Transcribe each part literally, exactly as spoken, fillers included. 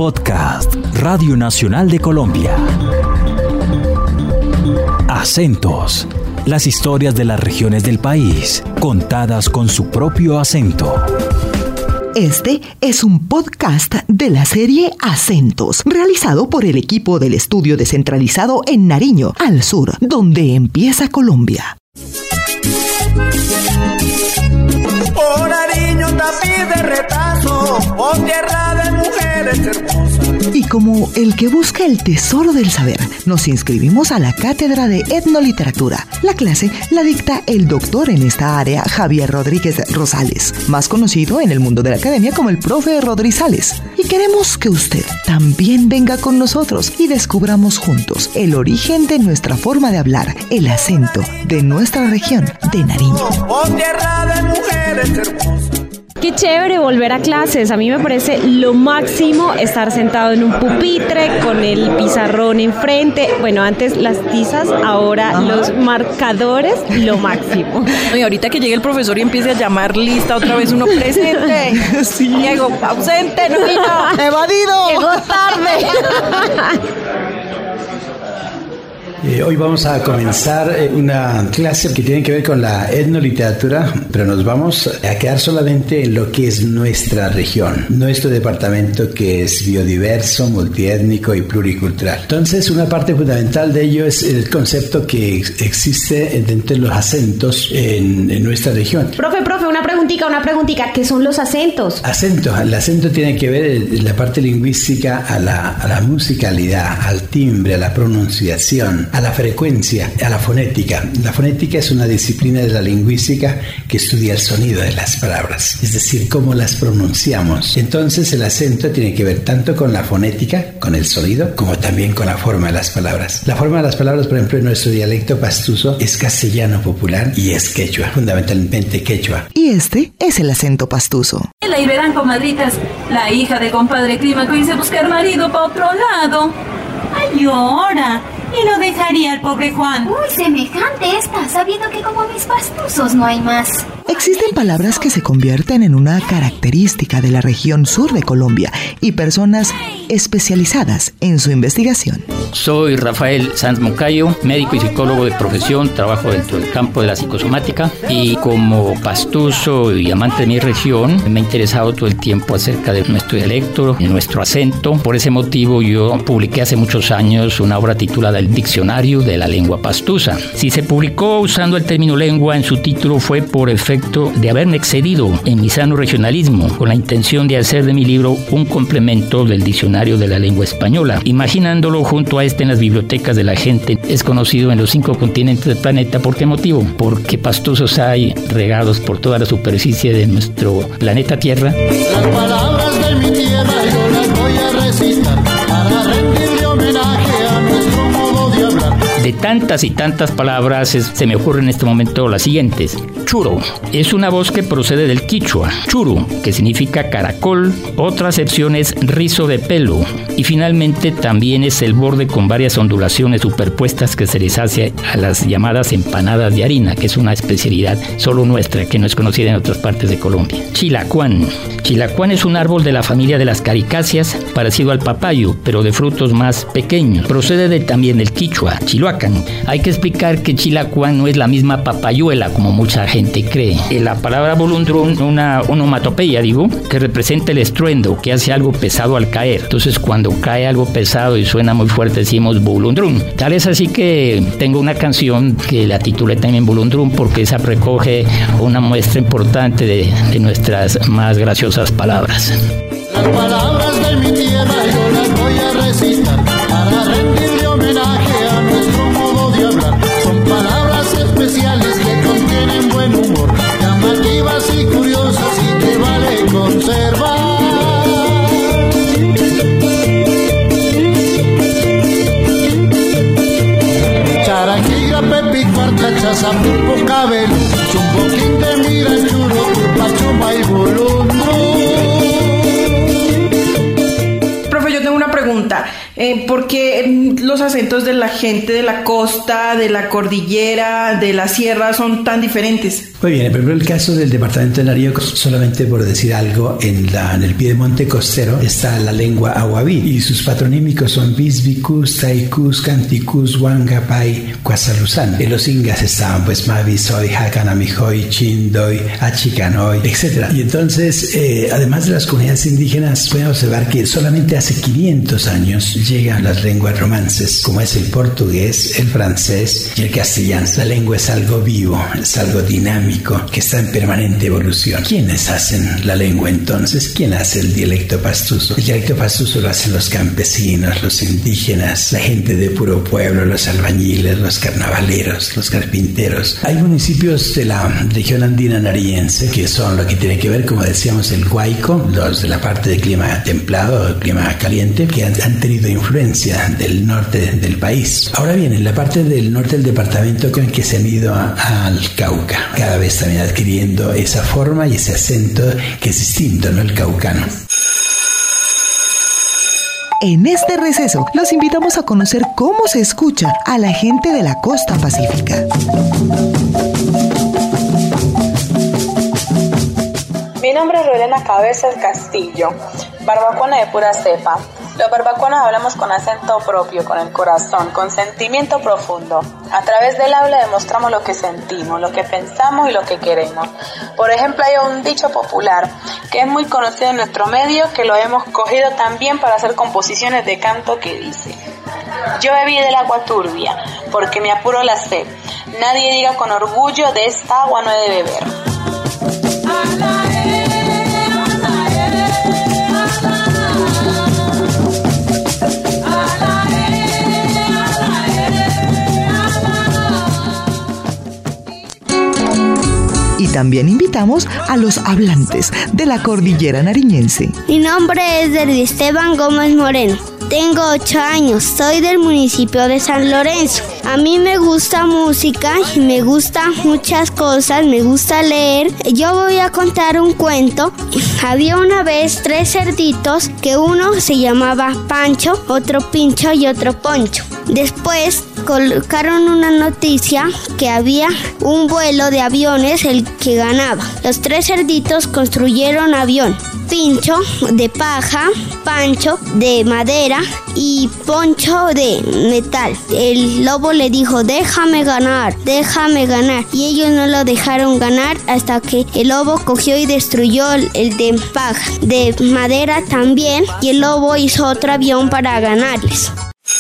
Podcast Radio Nacional de Colombia. Acentos. Las historias de las regiones del país, contadas con su propio acento. Este es un podcast de la serie Acentos, realizado por el equipo del estudio descentralizado en Nariño, al sur, donde empieza Colombia. Por Nariño, tapiz de retazo, por tierra de mujeres hermosas. Y como el que busca el tesoro del saber, nos inscribimos a la Cátedra de Etnoliteratura. La clase la dicta el doctor en esta área, Javier Rodríguez Rosales, más conocido en el mundo de la academia como el profe Rodrizales. Y queremos que usted también venga con nosotros y descubramos juntos el origen de nuestra forma de hablar, el acento de nuestra región de Nariño. Por tierra de mujeres hermosas. Qué chévere volver a clases. A mí me parece lo máximo estar sentado en un pupitre con el pizarrón enfrente. Bueno, antes las tizas, ahora Ajá. los marcadores, lo máximo. Y ahorita que llegue el profesor y empiece a llamar lista otra vez uno presente. Sí. Diego, ausente, no vino. Evadido. Llegó tarde. Eh, hoy vamos a comenzar eh, una clase que tiene que ver con la etnoliteratura, pero nos vamos a quedar solamente en lo que es nuestra región, nuestro departamento, que es biodiverso, multiétnico y pluricultural. Entonces, una parte fundamental de ello es el concepto que existe dentro de los acentos en, en nuestra región. Profe, profe, una preguntita, una preguntita. ¿Qué son los acentos? Acentos. El acento tiene que ver en la parte lingüística a la, a la musicalidad, al timbre, a la pronunciación, a la frecuencia, a la fonética. La fonética es una disciplina de la lingüística que estudia el sonido de las palabras, es decir, cómo las pronunciamos. Entonces el acento tiene que ver tanto con la fonética, con el sonido, como también con la forma de las palabras. La forma de las palabras, por ejemplo, en nuestro dialecto pastuso es castellano popular y es quechua, fundamentalmente quechua. Y este es el acento pastuso. Y verán, comadritas, la hija de compadre Clímaco irse a buscar marido para otro lado. Ay, llora. Y lo dejaría al pobre Juan. Uy, semejante está, sabiendo que como mis pastusos no hay más. Existen palabras que se convierten en una característica de la región sur de Colombia y personas especializadas en su investigación. Soy Rafael Sanz Moncayo, médico y psicólogo de profesión, trabajo dentro del campo de la psicosomática y como pastuso y amante de mi región me he interesado todo el tiempo acerca de nuestro dialecto, de nuestro acento. Por ese motivo yo publiqué hace muchos años una obra titulada El Diccionario de la Lengua Pastusa. Si se publicó usando el término lengua en su título fue por efecto de haberme excedido en mi sano regionalismo con la intención de hacer de mi libro un complemento del Diccionario de la Lengua Española, imaginándolo junto a este en las bibliotecas de la gente. Es conocido en los cinco continentes del planeta. ¿Por qué motivo? Porque pastusos hay regados por toda la superficie de nuestro planeta Tierra. Las palabras de mi tierra yo las voy a recitar para rendirle homenaje a nuestro modo de hablar. De tantas y tantas palabras es, se me ocurre en este momento las siguientes. Churo es una voz que procede del quichua. Churu, que significa caracol. Otra acepción es rizo de pelo. Y finalmente también es el borde con varias ondulaciones superpuestas que se les hace a las llamadas empanadas de harina, que es una especialidad solo nuestra, que no es conocida en otras partes de Colombia. Chilacuán. Chilacuán es un árbol de la familia de las caricáceas, parecido al papayo, pero de frutos más pequeños. Procede de, también del quichua, chiloacan. Hay que explicar que chilacuán no es la misma papayuela como mucha gente cree. La palabra bolundrún, una onomatopeya, digo, que representa el estruendo, que hace algo pesado al caer. Entonces, cuando cae algo pesado y suena muy fuerte, decimos bolundrún. Tal es así que tengo una canción que la titulé también Bolundrún, porque esa recoge una muestra importante de, de nuestras más graciosas palabras. Las palabras de mi tierra yo las voy a recitar para rendirle homenaje a nuestro modo de hablar. Son palabras especiales que contienen buen humor, llamativas y curiosas y que vale conservar. Charaquilla, pepi, cuarta, chaza, pulpo, cabelo, chumboquín de mira, churo, turpa, chuma y bolondro. Profe, yo tengo una pregunta. Eh, ¿Por qué los acentos de la gente de la costa, de la cordillera, de la sierra son tan diferentes? Muy bien, por ejemplo, el caso del departamento de Nariño, solamente por decir algo, en, la, en el piedemonte costero está la lengua ahuaví y sus patronímicos son Bisbicus, Taicus, Canticus, Huangapai, Cuasaluzán. En los ingas estaban pues Mavi, Soy, Hakanamijoy, Chindoy, Achicanoy, etcétera. Y entonces, eh, además de las comunidades indígenas, pueden observar que solamente hace quinientos años llegan las lenguas romances, como es el portugués, el francés y el castellano. La lengua es algo vivo, es algo dinámico, que está en permanente evolución. ¿Quiénes hacen la lengua entonces? ¿Quién hace el dialecto pastuso? El dialecto pastuso lo hacen los campesinos, los indígenas, la gente de puro pueblo, los albañiles, los carnavaleros, los carpinteros. Hay municipios de la región andina nariñense que son lo que tiene que ver, como decíamos, el Guayco, los de la parte de clima templado, clima caliente, que han, han tenido influencia del norte del país. Ahora bien, en la parte del norte del departamento que se han ido a, al Cauca, cada vez también adquiriendo esa forma y ese acento que es distinto, ¿no? El caucano. En este receso, los invitamos a conocer cómo se escucha a la gente de la costa pacífica. Mi nombre es Lorena Cabezas Castillo, barbacoana de pura cepa. Los barbacoanos hablamos con acento propio, con el corazón, con sentimiento profundo. A través del habla demostramos lo que sentimos, lo que pensamos y lo que queremos. Por ejemplo, hay un dicho popular que es muy conocido en nuestro medio, que lo hemos cogido también para hacer composiciones de canto, que dice: yo bebí del agua turbia, porque me apuró la sed. Nadie diga con orgullo, de esta agua no he de beber. Y también invitamos a los hablantes de la cordillera nariñense. Mi nombre es Derby Esteban Gómez Moreno. Tengo ocho años, soy del municipio de San Lorenzo. A mí me gusta música y me gustan muchas cosas, me gusta leer. Yo voy a contar un cuento. Había una vez tres cerditos, que uno se llamaba Pancho, otro Pincho y otro Poncho. Después colocaron una noticia que había un vuelo de aviones el que ganaba. Los tres cerditos construyeron avión. Pincho de paja, Pancho de madera y Poncho de metal. El lobo le dijo: déjame ganar, déjame ganar. Y ellos no lo dejaron ganar hasta que el lobo cogió y destruyó el de paja, de madera también, y el lobo hizo otro avión para ganarles.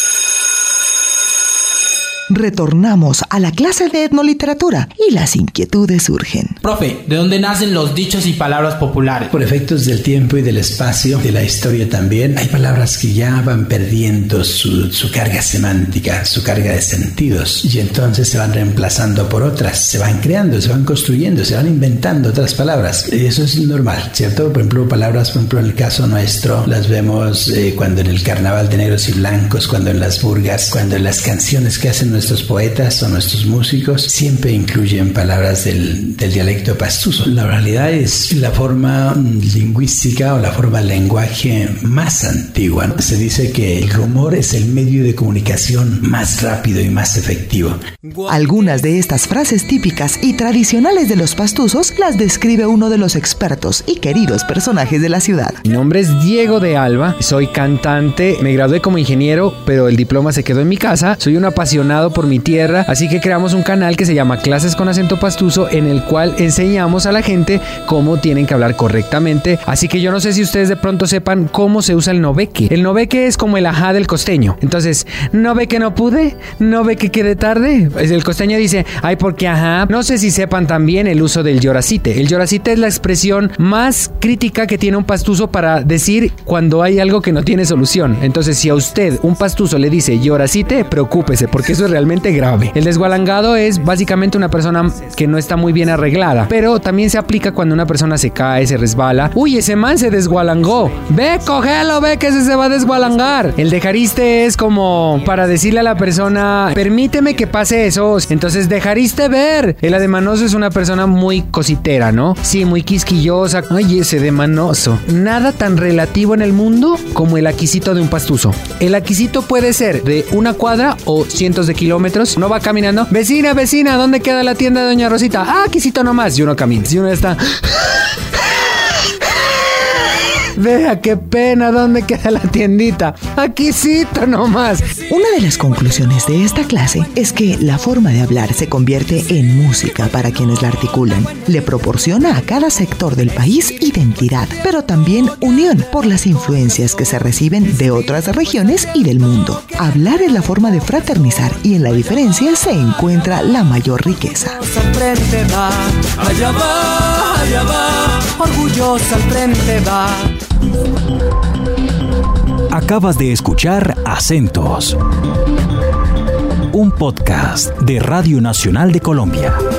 Retornamos a la clase de etnoliteratura y las inquietudes surgen. Profe, ¿de dónde nacen los dichos y palabras populares? Por efectos del tiempo y del espacio, de la historia también, hay palabras que ya van perdiendo su, su carga semántica, su carga de sentidos, y entonces se van reemplazando por otras, se van creando, se van construyendo, se van inventando otras palabras. Eso es normal, ¿cierto? Por ejemplo, palabras, por ejemplo, en el caso nuestro, las vemos eh, cuando en el carnaval de negros y blancos, cuando en las burgas, cuando en las canciones que hacen nuestros poetas o nuestros músicos, siempre incluyen palabras del, del dialecto pastuso. La oralidad es la forma lingüística o la forma del lenguaje más antigua, ¿no? Se dice que el rumor es el medio de comunicación más rápido y más efectivo. Algunas de estas frases típicas y tradicionales de los pastuzos las describe uno de los expertos y queridos personajes de la ciudad. Mi nombre es Diego de Alba, soy cantante, me gradué como ingeniero, pero el diploma se quedó en mi casa. Soy un apasionado por mi tierra, así que creamos un canal que se llama Clases con Acento Pastuso, en el cual enseñamos a la gente cómo tienen que hablar correctamente. Así que yo no sé si ustedes de pronto sepan cómo se usa el no ve que. El no ve que es como el ajá del costeño. Entonces, no ve que no pude, no ve que quedé tarde. El costeño dice, ay, porque ajá. No sé si sepan también el uso del lloracite. El lloracite es la expresión más crítica que tiene un pastuso para decir cuando hay algo que no tiene solución. Entonces, si a usted, un pastuso, le dice lloracite, preocúpese, porque eso es realmente grave. El desgualangado es básicamente una persona que no está muy bien arreglada, pero también se aplica cuando una persona se cae, se resbala. Uy, ese man se desgualangó. Ve, cógelo, ve que ese se va a desgualangar. El dejariste es como para decirle a la persona, permíteme que pase eso. Entonces, dejariste ver. El ademanoso es una persona muy cositera, ¿no? Sí, muy quisquillosa. Ay, ese ademanoso. Nada tan relativo en el mundo como el aquisito de un pastuso. El aquisito puede ser de una cuadra o cientos de kilómetros kilómetros. Uno va caminando. Vecina, vecina, ¿dónde queda la tienda de Doña Rosita? Ah, quisito nomás. Y uno camina. Y uno está... Vea, qué pena, ¿dónde queda la tiendita? Aquícito nomás. Una de las conclusiones de esta clase es que la forma de hablar se convierte en música para quienes la articulan. Le proporciona a cada sector del país identidad, pero también unión por las influencias que se reciben de otras regiones y del mundo. Hablar es la forma de fraternizar y en la diferencia se encuentra la mayor riqueza. Al frente va, allá va, allá va, orgullosa al frente va. Acabas de escuchar Acentos, un podcast de Radio Nacional de Colombia.